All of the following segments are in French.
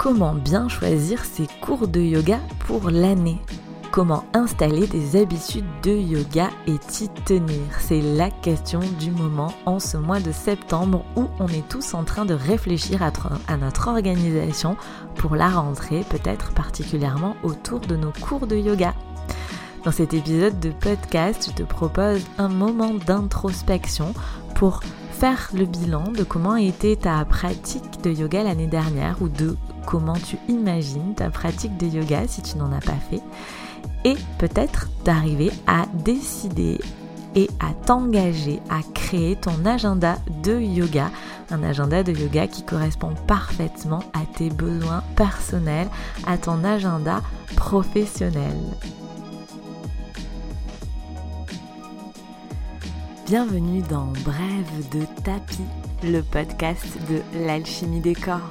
Comment bien choisir ses cours de yoga pour l'année ? Comment installer des habitudes de yoga et t'y tenir ? C'est la question du moment en ce mois de septembre où on est tous en train de réfléchir à notre organisation pour la rentrée, peut-être particulièrement autour de nos cours de yoga. Dans cet épisode de podcast, je te propose un moment d'introspection pour faire le bilan de comment a été ta pratique de yoga l'année dernière ou de comment tu imagines ta pratique de yoga si tu n'en as pas fait. Et peut-être d'arriver à décider et à t'engager à créer ton agenda de yoga, un agenda de yoga qui correspond parfaitement à tes besoins personnels, à ton agenda professionnel. Bienvenue dans Brève de tapis, le podcast de l'alchimie des corps.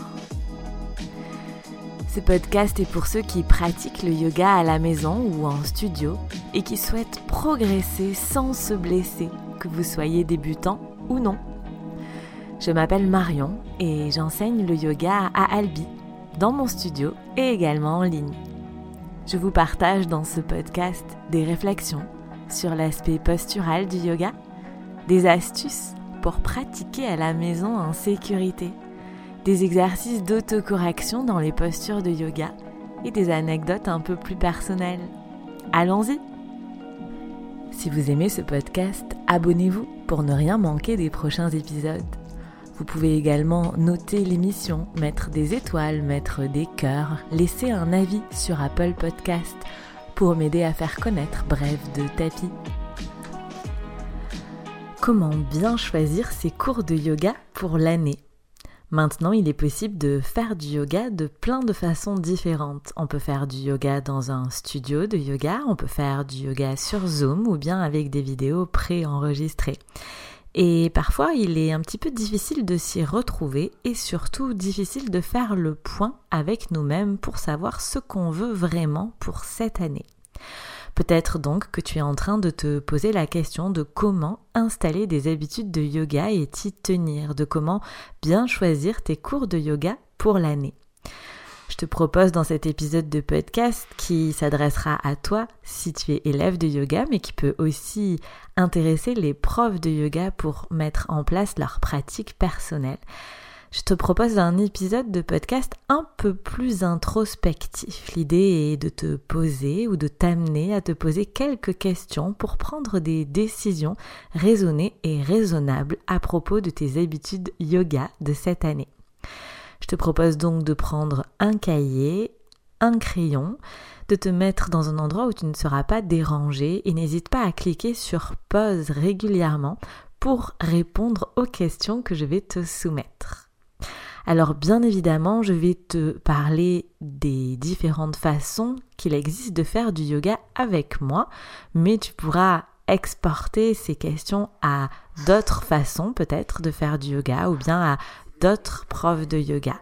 Ce podcast est pour ceux qui pratiquent le yoga à la maison ou en studio et qui souhaitent progresser sans se blesser, que vous soyez débutant ou non. Je m'appelle Marion et j'enseigne le yoga à Albi, dans mon studio et également en ligne. Je vous partage dans ce podcast des réflexions sur l'aspect postural du yoga, des astuces pour pratiquer à la maison en sécurité, des exercices d'autocorrection dans les postures de yoga et des anecdotes un peu plus personnelles. Allons-y! Si vous aimez ce podcast, abonnez-vous pour ne rien manquer des prochains épisodes. Vous pouvez également noter l'émission, mettre des étoiles, mettre des cœurs, laisser un avis sur Apple Podcast pour m'aider à faire connaître Brève de tapis. Comment bien choisir ses cours de yoga pour l'année ? Maintenant, il est possible de faire du yoga de plein de façons différentes. On peut faire du yoga dans un studio de yoga, on peut faire du yoga sur Zoom ou bien avec des vidéos pré-enregistrées. Et parfois, il est un petit peu difficile de s'y retrouver et surtout difficile de faire le point avec nous-mêmes pour savoir ce qu'on veut vraiment pour cette année. Peut-être donc que tu es en train de te poser la question de comment installer des habitudes de yoga et t'y tenir, de comment bien choisir tes cours de yoga pour l'année. Je te propose dans cet épisode de podcast qui s'adressera à toi si tu es élève de yoga, mais qui peut aussi intéresser les profs de yoga pour mettre en place leur pratique personnelle. Je te propose un épisode de podcast un peu plus introspectif. L'idée est de te poser ou de t'amener à te poser quelques questions pour prendre des décisions raisonnées et raisonnables à propos de tes habitudes yoga de cette année. Je te propose donc de prendre un cahier, un crayon, de te mettre dans un endroit où tu ne seras pas dérangé et n'hésite pas à cliquer sur pause régulièrement pour répondre aux questions que je vais te soumettre. Alors bien évidemment, je vais te parler des différentes façons qu'il existe de faire du yoga avec moi, mais tu pourras exporter ces questions à d'autres façons peut-être de faire du yoga ou bien à d'autres profs de yoga.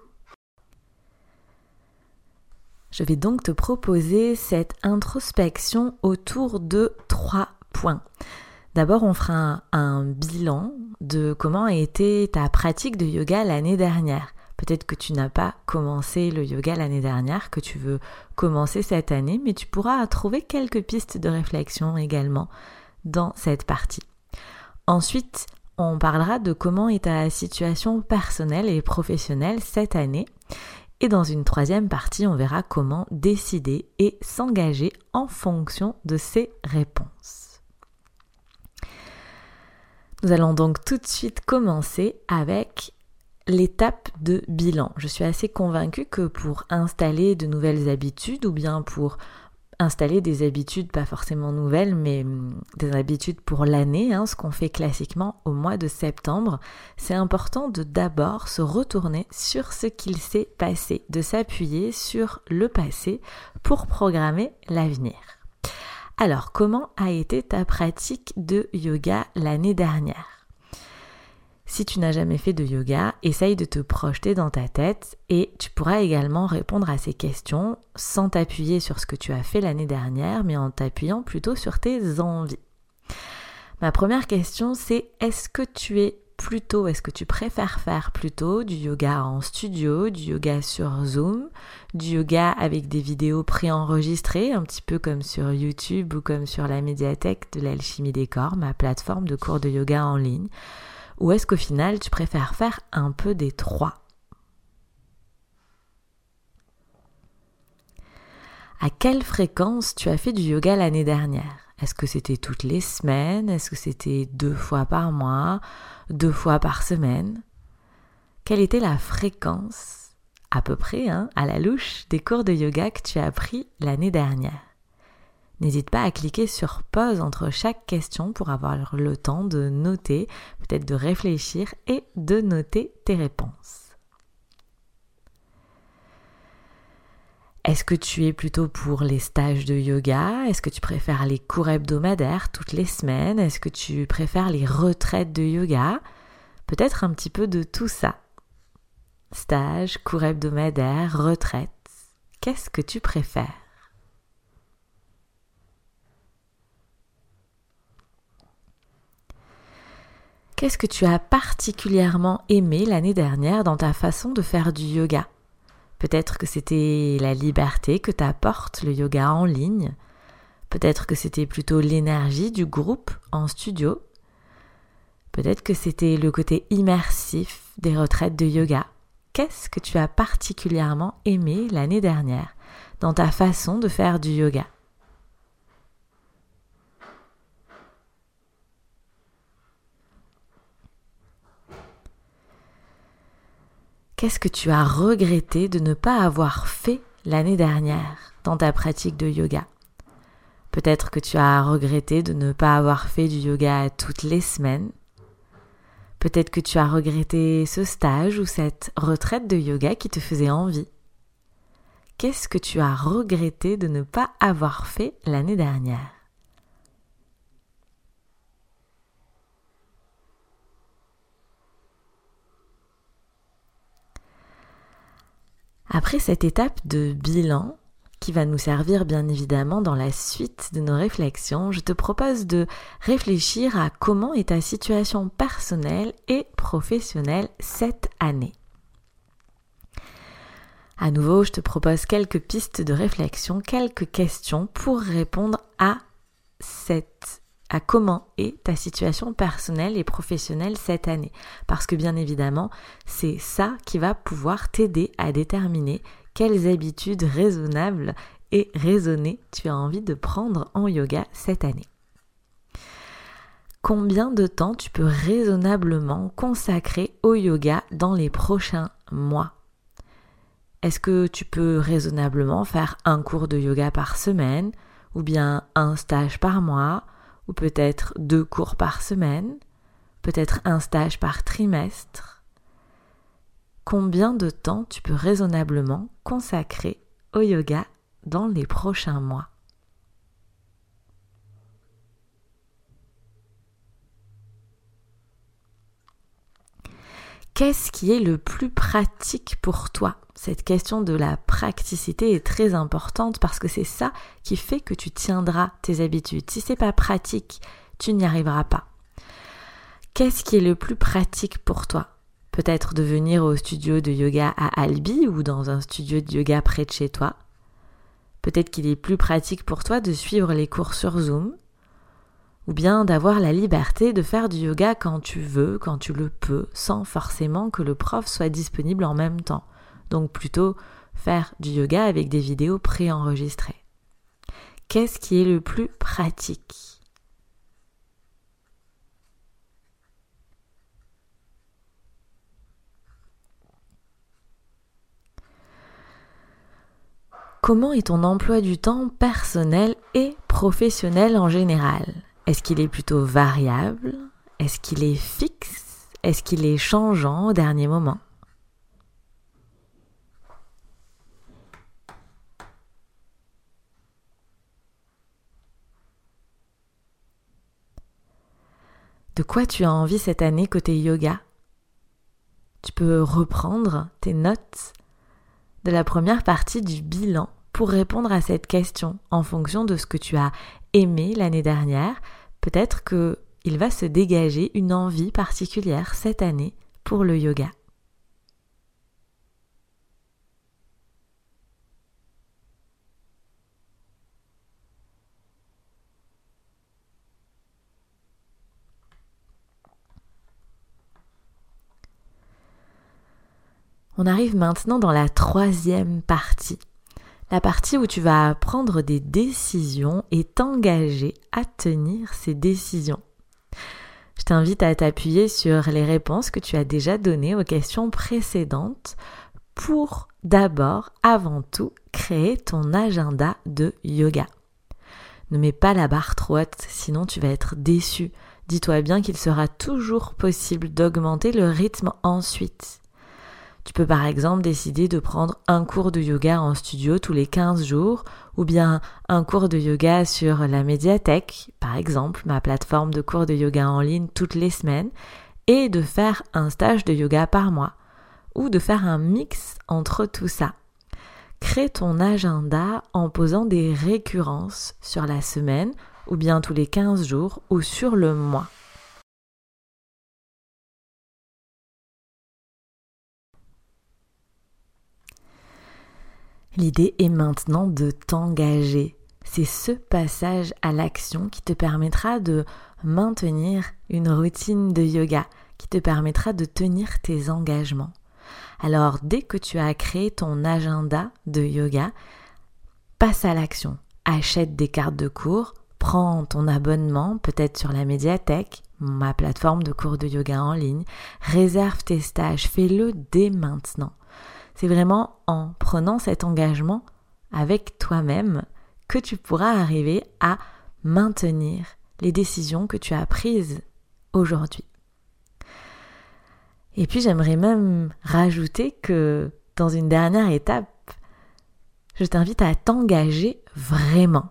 Je vais donc te proposer cette introspection autour de 3 points. D'abord, on fera un bilan de comment a été ta pratique de yoga l'année dernière. Peut-être que tu n'as pas commencé le yoga l'année dernière, que tu veux commencer cette année, mais tu pourras trouver quelques pistes de réflexion également dans cette partie. Ensuite, on parlera de comment est ta situation personnelle et professionnelle cette année. Et dans une 3e partie, on verra comment décider et s'engager en fonction de ces réponses. Nous allons donc tout de suite commencer avec l'étape de bilan. Je suis assez convaincue que pour installer de nouvelles habitudes ou bien pour installer des habitudes pas forcément nouvelles mais des habitudes pour l'année, ce qu'on fait classiquement au mois de septembre, c'est important de d'abord se retourner sur ce qu'il s'est passé, de s'appuyer sur le passé pour programmer l'avenir. Alors, comment a été ta pratique de yoga l'année dernière ? Si tu n'as jamais fait de yoga, essaye de te projeter dans ta tête et tu pourras également répondre à ces questions sans t'appuyer sur ce que tu as fait l'année dernière, mais en t'appuyant plutôt sur tes envies. Ma première question, c'est est-ce que tu es plutôt, est-ce que tu préfères faire plutôt du yoga en studio, du yoga sur Zoom, du yoga avec des vidéos préenregistrées, un petit peu comme sur YouTube ou comme sur la médiathèque de l'Alchimie des Corps, ma plateforme de cours de yoga en ligne, ou est-ce qu'au final tu préfères faire un peu des trois? À quelle fréquence tu as fait du yoga l'année dernière? Est-ce que c'était toutes les semaines? Est-ce que c'était 2 fois par mois? 2 fois par semaine? Quelle était la fréquence, à peu près, à la louche, des cours de yoga que tu as pris l'année dernière? N'hésite pas à cliquer sur pause entre chaque question pour avoir le temps de noter, peut-être de réfléchir et de noter tes réponses. Est-ce que tu es plutôt pour les stages de yoga? Est-ce que tu préfères les cours hebdomadaires toutes les semaines? Est-ce que tu préfères les retraites de yoga? Peut-être un petit peu de tout ça. Stage, cours hebdomadaires, retraite. Qu'est-ce que tu préfères? Qu'est-ce que tu as particulièrement aimé l'année dernière dans ta façon de faire du yoga? Peut-être que c'était la liberté que t'apporte le yoga en ligne. Peut-être que c'était plutôt l'énergie du groupe en studio. Peut-être que c'était le côté immersif des retraites de yoga. Qu'est-ce que tu as particulièrement aimé l'année dernière dans ta façon de faire du yoga? Qu'est-ce que tu as regretté de ne pas avoir fait l'année dernière dans ta pratique de yoga? Peut-être que tu as regretté de ne pas avoir fait du yoga toutes les semaines. Peut-être que tu as regretté ce stage ou cette retraite de yoga qui te faisait envie. Qu'est-ce que tu as regretté de ne pas avoir fait l'année dernière? Après cette étape de bilan, qui va nous servir bien évidemment dans la suite de nos réflexions, je te propose de réfléchir à comment est ta situation personnelle et professionnelle cette année. À nouveau, je te propose quelques pistes de réflexion, quelques questions pour répondre à comment est ta situation personnelle et professionnelle cette année. Parce que bien évidemment, c'est ça qui va pouvoir t'aider à déterminer quelles habitudes raisonnables et raisonnées tu as envie de prendre en yoga cette année. Combien de temps tu peux raisonnablement consacrer au yoga dans les prochains mois? Est-ce que tu peux raisonnablement faire un cours de yoga par semaine, ou bien un stage par mois, ou peut-être 2 cours par semaine, peut-être un stage par trimestre? Combien de temps tu peux raisonnablement consacrer au yoga dans les prochains mois? Qu'est-ce qui est le plus pratique pour toi? Cette question de la praticité est très importante parce que c'est ça qui fait que tu tiendras tes habitudes. Si c'est pas pratique, tu n'y arriveras pas. Qu'est-ce qui est le plus pratique pour toi? Peut-être de venir au studio de yoga à Albi ou dans un studio de yoga près de chez toi. Peut-être qu'il est plus pratique pour toi de suivre les cours sur Zoom, ou bien d'avoir la liberté de faire du yoga quand tu veux, quand tu le peux, sans forcément que le prof soit disponible en même temps. Donc plutôt faire du yoga avec des vidéos préenregistrées. Qu'est-ce qui est le plus pratique? Comment est ton emploi du temps personnel et professionnel en général? Est-ce qu'il est plutôt variable? Est-ce qu'il est fixe? Est-ce qu'il est changeant au dernier moment? De quoi tu as envie cette année côté yoga? Tu peux reprendre tes notes de la première partie du bilan pour répondre à cette question en fonction de ce que tu as aimé l'année dernière. Peut-être qu'il il va se dégager une envie particulière cette année pour le yoga. On arrive maintenant dans la 3e partie. La partie où tu vas prendre des décisions et t'engager à tenir ces décisions. Je t'invite à t'appuyer sur les réponses que tu as déjà données aux questions précédentes pour d'abord, avant tout, créer ton agenda de yoga. Ne mets pas la barre trop haute, sinon tu vas être déçu. Dis-toi bien qu'il sera toujours possible d'augmenter le rythme ensuite. Tu peux par exemple décider de prendre un cours de yoga en studio tous les 15 jours ou bien un cours de yoga sur la médiathèque, par exemple ma plateforme de cours de yoga en ligne toutes les semaines, et de faire un stage de yoga par mois ou de faire un mix entre tout ça. Crée ton agenda en posant des récurrences sur la semaine ou bien tous les 15 jours ou sur le mois. L'idée est maintenant de t'engager. C'est ce passage à l'action qui te permettra de maintenir une routine de yoga, qui te permettra de tenir tes engagements. Alors, dès que tu as créé ton agenda de yoga, passe à l'action. Achète des cartes de cours, prends ton abonnement, peut-être sur la médiathèque, ma plateforme de cours de yoga en ligne, réserve tes stages, fais-le dès maintenant. C'est vraiment en prenant cet engagement avec toi-même que tu pourras arriver à maintenir les décisions que tu as prises aujourd'hui. Et puis j'aimerais même rajouter que dans une dernière étape, je t'invite à t'engager vraiment.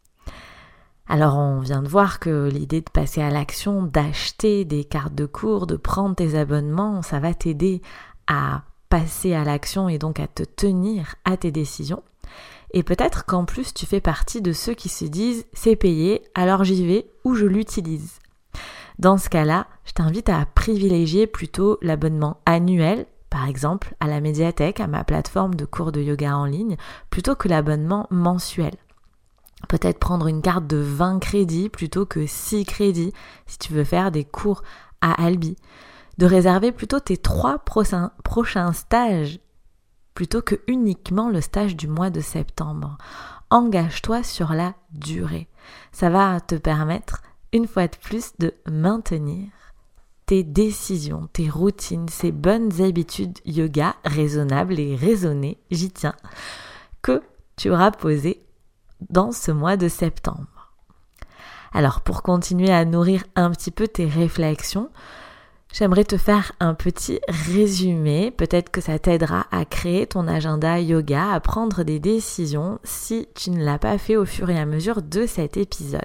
Alors on vient de voir que l'idée de passer à l'action, d'acheter des cartes de cours, de prendre tes abonnements, ça va t'aider à passer à l'action et donc à te tenir à tes décisions. Et peut-être qu'en plus tu fais partie de ceux qui se disent « c'est payé, alors j'y vais ou je l'utilise ». Dans ce cas-là, je t'invite à privilégier plutôt l'abonnement annuel, par exemple à la médiathèque, à ma plateforme de cours de yoga en ligne, plutôt que l'abonnement mensuel. Peut-être prendre une carte de 20 crédits plutôt que 6 crédits si tu veux faire des cours à Albi. De réserver plutôt tes 3 prochains stages plutôt que uniquement le stage du mois de septembre. Engage-toi sur la durée. Ça va te permettre, une fois de plus, de maintenir tes décisions, tes routines, ces bonnes habitudes yoga raisonnables et raisonnées, j'y tiens, que tu auras posées dans ce mois de septembre. Alors, pour continuer à nourrir un petit peu tes réflexions, j'aimerais te faire un petit résumé, peut-être que ça t'aidera à créer ton agenda yoga, à prendre des décisions si tu ne l'as pas fait au fur et à mesure de cet épisode.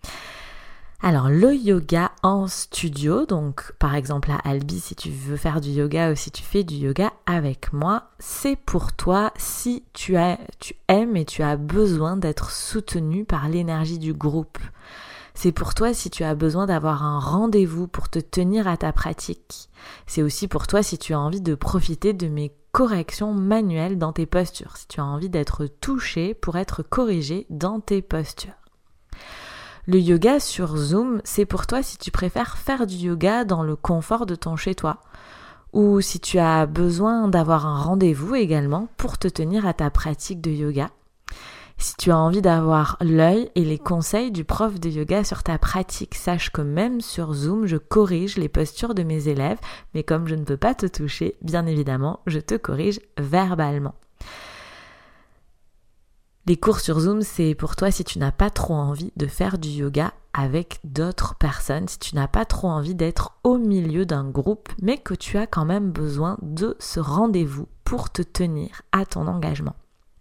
Alors le yoga en studio, donc par exemple à Albi si tu veux faire du yoga ou si tu fais du yoga avec moi, c'est pour toi si tu aimes et tu as besoin d'être soutenu par l'énergie du groupe. C'est pour toi si tu as besoin d'avoir un rendez-vous pour te tenir à ta pratique. C'est aussi pour toi si tu as envie de profiter de mes corrections manuelles dans tes postures, si tu as envie d'être touché pour être corrigé dans tes postures. Le yoga sur Zoom, c'est pour toi si tu préfères faire du yoga dans le confort de ton chez-toi, ou si tu as besoin d'avoir un rendez-vous également pour te tenir à ta pratique de yoga. Si tu as envie d'avoir l'œil et les conseils du prof de yoga sur ta pratique, sache que même sur Zoom, je corrige les postures de mes élèves, mais comme je ne peux pas te toucher, bien évidemment, je te corrige verbalement. Les cours sur Zoom, c'est pour toi si tu n'as pas trop envie de faire du yoga avec d'autres personnes, si tu n'as pas trop envie d'être au milieu d'un groupe, mais que tu as quand même besoin de ce rendez-vous pour te tenir à ton engagement.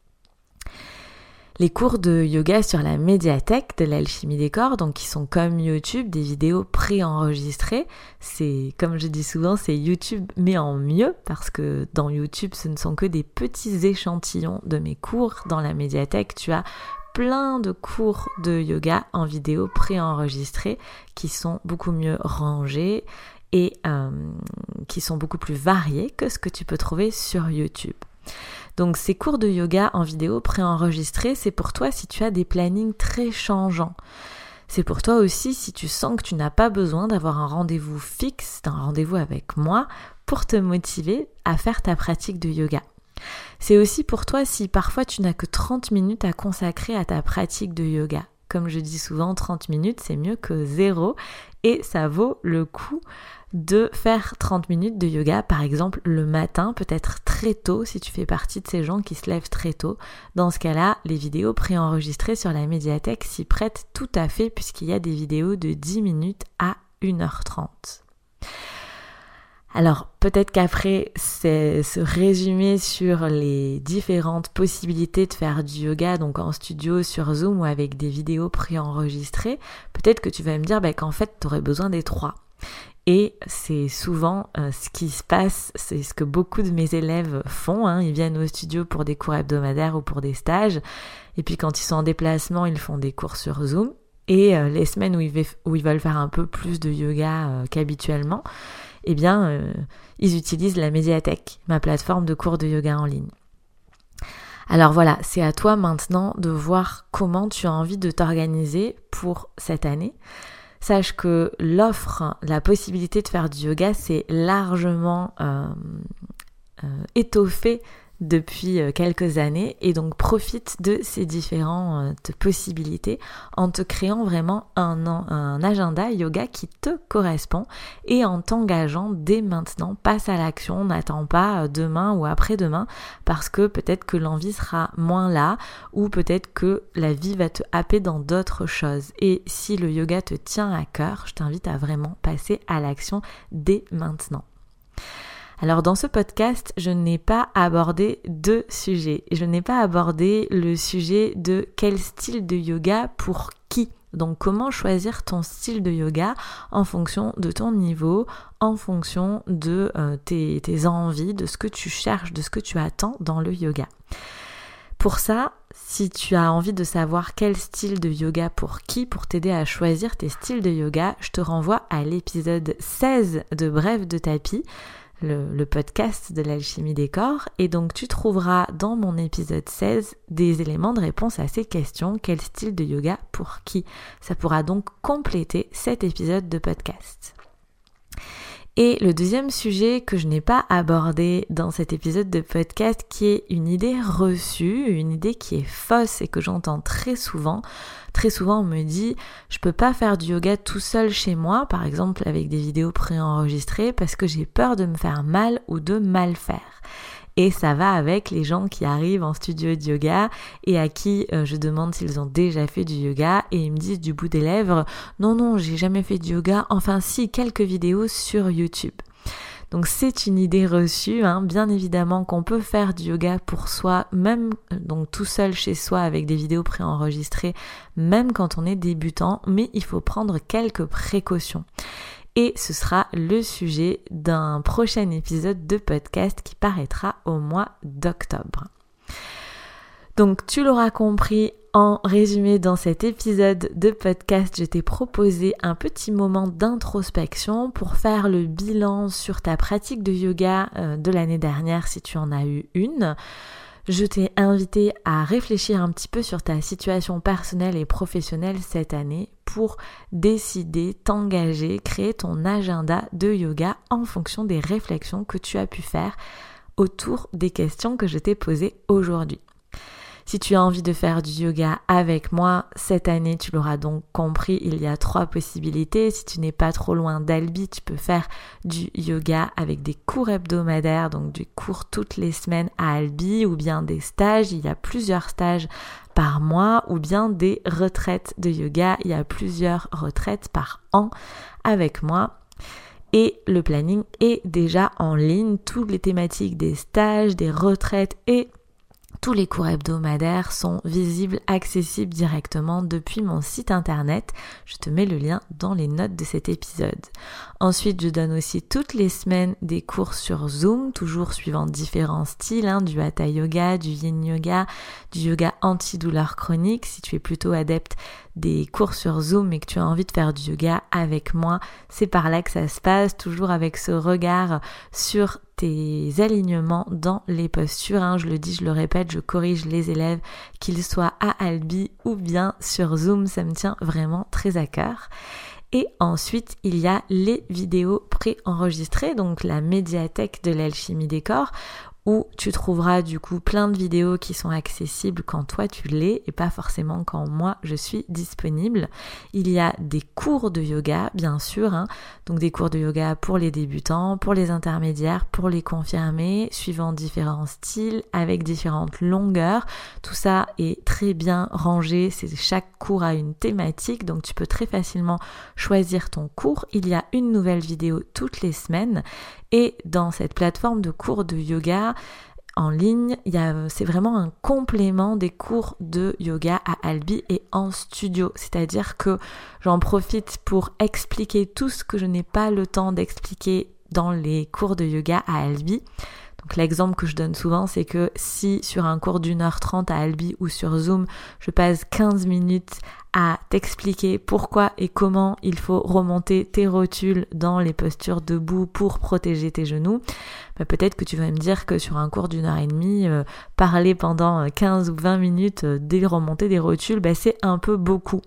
Les cours de yoga sur la médiathèque de l'Alchimie des Corps, donc qui sont comme YouTube, des vidéos préenregistrées. C'est, comme je dis souvent, c'est YouTube mais en mieux, parce que dans YouTube, ce ne sont que des petits échantillons de mes cours. Dans la médiathèque, tu as plein de cours de yoga en vidéo préenregistrés qui sont beaucoup mieux rangés et qui sont beaucoup plus variés que ce que tu peux trouver sur YouTube. Donc ces cours de yoga en vidéo préenregistrés, c'est pour toi si tu as des plannings très changeants. C'est pour toi aussi si tu sens que tu n'as pas besoin d'avoir un rendez-vous fixe, d'un rendez-vous avec moi pour te motiver à faire ta pratique de yoga. C'est aussi pour toi si parfois tu n'as que 30 minutes à consacrer à ta pratique de yoga. Comme je dis souvent, 30 minutes c'est mieux que 0 et ça vaut le coup de faire 30 minutes de yoga, par exemple le matin, peut-être très tôt si tu fais partie de ces gens qui se lèvent très tôt. Dans ce cas-là, les vidéos préenregistrées sur la médiathèque s'y prêtent tout à fait puisqu'il y a des vidéos de 10 minutes à 1h30. Alors peut-être qu'après ce résumé sur les différentes possibilités de faire du yoga, donc en studio, sur Zoom ou avec des vidéos préenregistrées, peut-être que tu vas me dire qu'en fait tu aurais besoin des 3. Et c'est souvent ce qui se passe, c'est ce que beaucoup de mes élèves font, ils viennent au studio pour des cours hebdomadaires ou pour des stages, et puis quand ils sont en déplacement, ils font des cours sur Zoom, et les semaines où ils veulent faire un peu plus de yoga qu'habituellement, ils utilisent la médiathèque, ma plateforme de cours de yoga en ligne. Alors voilà, c'est à toi maintenant de voir comment tu as envie de t'organiser pour cette année. Sache que l'offre, la possibilité de faire du yoga, c'est largement étoffée depuis quelques années et donc profite de ces différentes possibilités en te créant vraiment un agenda yoga qui te correspond et en t'engageant dès maintenant, passe à l'action, n'attends pas demain ou après-demain parce que peut-être que l'envie sera moins là ou peut-être que la vie va te happer dans d'autres choses. Et si le yoga te tient à cœur, je t'invite à vraiment passer à l'action dès maintenant. Alors dans ce podcast, je n'ai pas abordé 2 sujets. Je n'ai pas abordé le sujet de quel style de yoga pour qui. Donc comment choisir ton style de yoga en fonction de ton niveau, en fonction de tes envies, de ce que tu cherches, de ce que tu attends dans le yoga. Pour ça, si tu as envie de savoir quel style de yoga pour qui, pour t'aider à choisir tes styles de yoga, je te renvoie à l'épisode 16 de Bref de tapis, le podcast de l'alchimie des corps, et donc tu trouveras dans mon épisode 16 des éléments de réponse à ces questions, quel style de yoga pour qui. Ça pourra donc compléter cet épisode de podcast. Et le deuxième sujet que je n'ai pas abordé dans cet épisode de podcast, qui est une idée reçue, une idée qui est fausse et que j'entends très souvent. Très souvent on me dit je peux pas faire du yoga tout seul chez moi, par exemple avec des vidéos préenregistrées, parce que j'ai peur de me faire mal ou de mal faire. Et ça va avec les gens qui arrivent en studio de yoga et à qui je demande s'ils ont déjà fait du yoga et ils me disent du bout des lèvres « Non, j'ai jamais fait du yoga, enfin si, quelques vidéos sur YouTube ». Donc c'est une idée reçue, bien évidemment qu'on peut faire du yoga pour soi, même donc tout seul chez soi avec des vidéos préenregistrées, même quand on est débutant, mais il faut prendre quelques précautions. Et ce sera le sujet d'un prochain épisode de podcast qui paraîtra au mois d'octobre. Donc tu l'auras compris, en résumé dans cet épisode de podcast, je t'ai proposé un petit moment d'introspection pour faire le bilan sur ta pratique de yoga de l'année dernière si tu en as eu une. Je t'ai invité à réfléchir un petit peu sur ta situation personnelle et professionnelle cette année pour décider, t'engager, créer ton agenda de yoga en fonction des réflexions que tu as pu faire autour des questions que je t'ai posées aujourd'hui. Si tu as envie de faire du yoga avec moi cette année, tu l'auras donc compris, il y a 3 possibilités. Si tu n'es pas trop loin d'Albi, tu peux faire du yoga avec des cours hebdomadaires, donc des cours toutes les semaines à Albi, ou bien des stages, il y a plusieurs stages par mois, ou bien des retraites de yoga, il y a plusieurs retraites par an avec moi. Et le planning est déjà en ligne, toutes les thématiques des stages, des retraites et Tous les cours hebdomadaires sont visibles, accessibles directement depuis mon site internet. Je te mets le lien dans les notes de cet épisode. Ensuite, je donne aussi toutes les semaines des cours sur Zoom, toujours suivant différents styles, du Hatha Yoga, du Yin Yoga, du yoga anti-douleur chronique. Si tu es plutôt adepte des cours sur Zoom et que tu as envie de faire du yoga avec moi, c'est par là que ça se passe, toujours avec ce regard sur tes alignements dans les postures. Je le dis, je le répète, je corrige les élèves, qu'ils soient à Albi ou bien sur Zoom, ça me tient vraiment très à cœur. Et ensuite, il y a les vidéos pré-enregistrées, donc la médiathèque de l'alchimie des corps, où tu trouveras du coup plein de vidéos qui sont accessibles quand toi tu l'es et pas forcément quand moi je suis disponible. Il y a des cours de yoga bien sûr, donc des cours de yoga pour les débutants, pour les intermédiaires, pour les confirmés, suivant différents styles, avec différentes longueurs. Tout ça est très bien rangé, chaque cours a une thématique, donc tu peux très facilement choisir ton cours. Il y a une nouvelle vidéo toutes les semaines. Et dans cette plateforme de cours de yoga en ligne, c'est vraiment un complément des cours de yoga à Albi et en studio. C'est-à-dire que j'en profite pour expliquer tout ce que je n'ai pas le temps d'expliquer dans les cours de yoga à Albi. Donc l'exemple que je donne souvent, c'est que si sur un cours d'1h30 à Albi ou sur Zoom, je passe 15 minutes à t'expliquer pourquoi et comment il faut remonter tes rotules dans les postures debout pour protéger tes genoux, peut-être que tu vas me dire que sur un cours d'1h30, parler pendant 15 ou 20 minutes des remontées des rotules, c'est un peu beaucoup.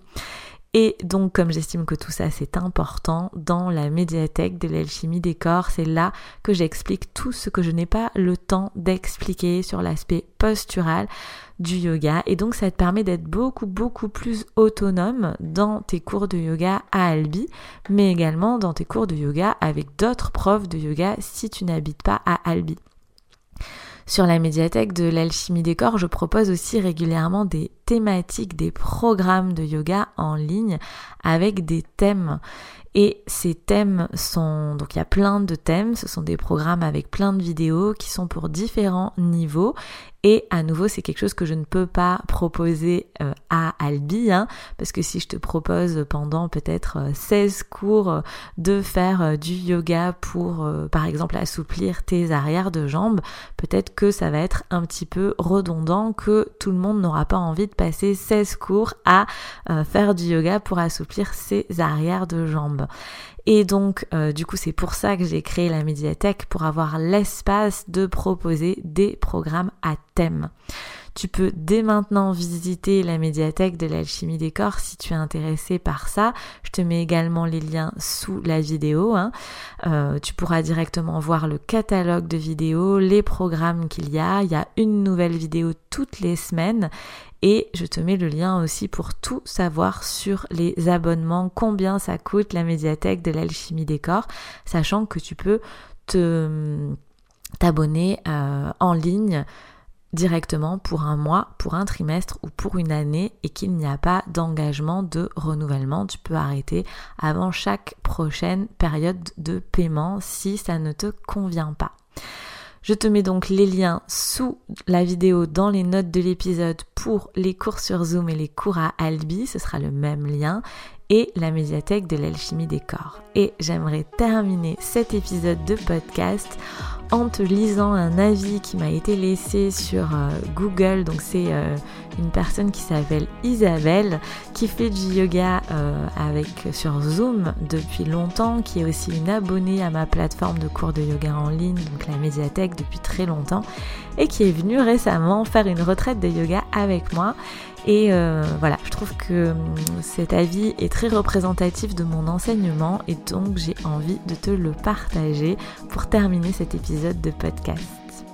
Et donc, comme j'estime que tout ça c'est important, dans la médiathèque de l'alchimie des corps, c'est là que j'explique tout ce que je n'ai pas le temps d'expliquer sur l'aspect postural du yoga. Et donc, ça te permet d'être beaucoup plus autonome dans tes cours de yoga à Albi, mais également dans tes cours de yoga avec d'autres profs de yoga si tu n'habites pas à Albi. Sur la médiathèque de l'alchimie des corps, je propose aussi régulièrement des thématiques, des programmes de yoga en ligne avec des thèmes. Et ces thèmes donc il y a plein de thèmes, ce sont des programmes avec plein de vidéos qui sont pour différents niveaux. Et à nouveau, c'est quelque chose que je ne peux pas proposer à Albi, parce que si je te propose pendant peut-être 16 cours de faire du yoga pour, par exemple, assouplir tes arrières de jambes, peut-être que ça va être un petit peu redondant, que tout le monde n'aura pas envie de passer 16 cours à faire du yoga pour assouplir ses arrières de jambes. Et donc, du coup, c'est pour ça que j'ai créé la médiathèque, pour avoir l'espace de proposer des programmes à thème. Tu peux dès maintenant visiter la médiathèque de l'alchimie des corps si tu es intéressé par ça. Je te mets également les liens sous la vidéo. Tu pourras directement voir le catalogue de vidéos, les programmes qu'il y a. Il y a une nouvelle vidéo toutes les semaines. Et je te mets le lien aussi pour tout savoir sur les abonnements, combien ça coûte la médiathèque de l'alchimie des corps, sachant que tu peux t'abonner en ligne directement pour un mois, pour un trimestre ou pour une année et qu'il n'y a pas d'engagement de renouvellement. Tu peux arrêter avant chaque prochaine période de paiement si ça ne te convient pas. Je te mets donc les liens sous la vidéo dans les notes de l'épisode pour les cours sur Zoom et les cours à Albi, ce sera le même lien, et la médiathèque de l'alchimie des corps. Et j'aimerais terminer cet épisode de podcast en te lisant un avis qui m'a été laissé sur Google. Donc c'est une personne qui s'appelle Isabelle, qui fait du yoga sur Zoom depuis longtemps, qui est aussi une abonnée à ma plateforme de cours de yoga en ligne, donc la médiathèque, depuis très longtemps, et qui est venue récemment faire une retraite de yoga avec moi. Et voilà, je trouve que cet avis est très représentatif de mon enseignement et donc j'ai envie de te le partager pour terminer cet épisode de podcast.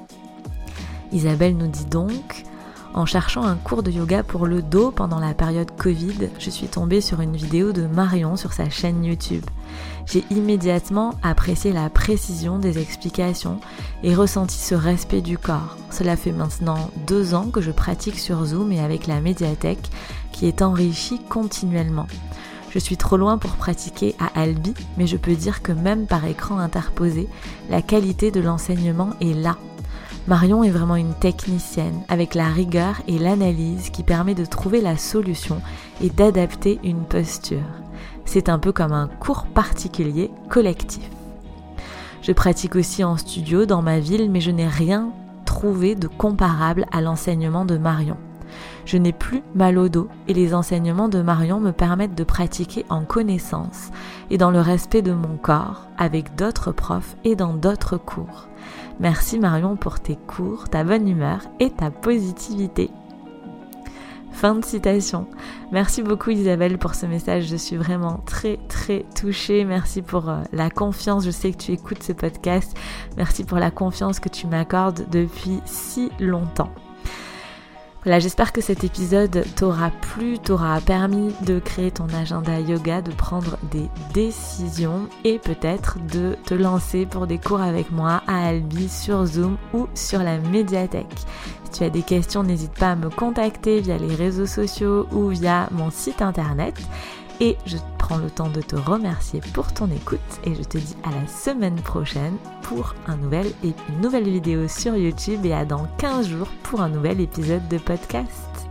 Isabelle nous dit donc: en cherchant un cours de yoga pour le dos pendant la période Covid, je suis tombée sur une vidéo de Marion sur sa chaîne YouTube. J'ai immédiatement apprécié la précision des explications et ressenti ce respect du corps. Cela fait maintenant 2 ans que je pratique sur Zoom et avec la médiathèque qui est enrichie continuellement. Je suis trop loin pour pratiquer à Albi, mais je peux dire que même par écran interposé, la qualité de l'enseignement est là. Marion est vraiment une technicienne avec la rigueur et l'analyse qui permet de trouver la solution et d'adapter une posture. C'est un peu comme un cours particulier collectif. Je pratique aussi en studio dans ma ville, mais je n'ai rien trouvé de comparable à l'enseignement de Marion. Je n'ai plus mal au dos et les enseignements de Marion me permettent de pratiquer en connaissance et dans le respect de mon corps avec d'autres profs et dans d'autres cours. Merci Marion pour tes cours, ta bonne humeur et ta positivité. Fin de citation. Merci beaucoup Isabelle pour ce message, je suis vraiment très touchée. Merci pour la confiance, je sais que tu écoutes ce podcast. Merci pour la confiance que tu m'accordes depuis si longtemps. Voilà, j'espère que cet épisode t'aura plu, t'aura permis de créer ton agenda yoga, de prendre des décisions et peut-être de te lancer pour des cours avec moi à Albi sur Zoom ou sur la médiathèque. Si tu as des questions, n'hésite pas à me contacter via les réseaux sociaux ou via mon site internet. Et je prends le temps de te remercier pour ton écoute et je te dis à la semaine prochaine pour une nouvelle vidéo sur YouTube et à dans 15 jours pour un nouvel épisode de podcast.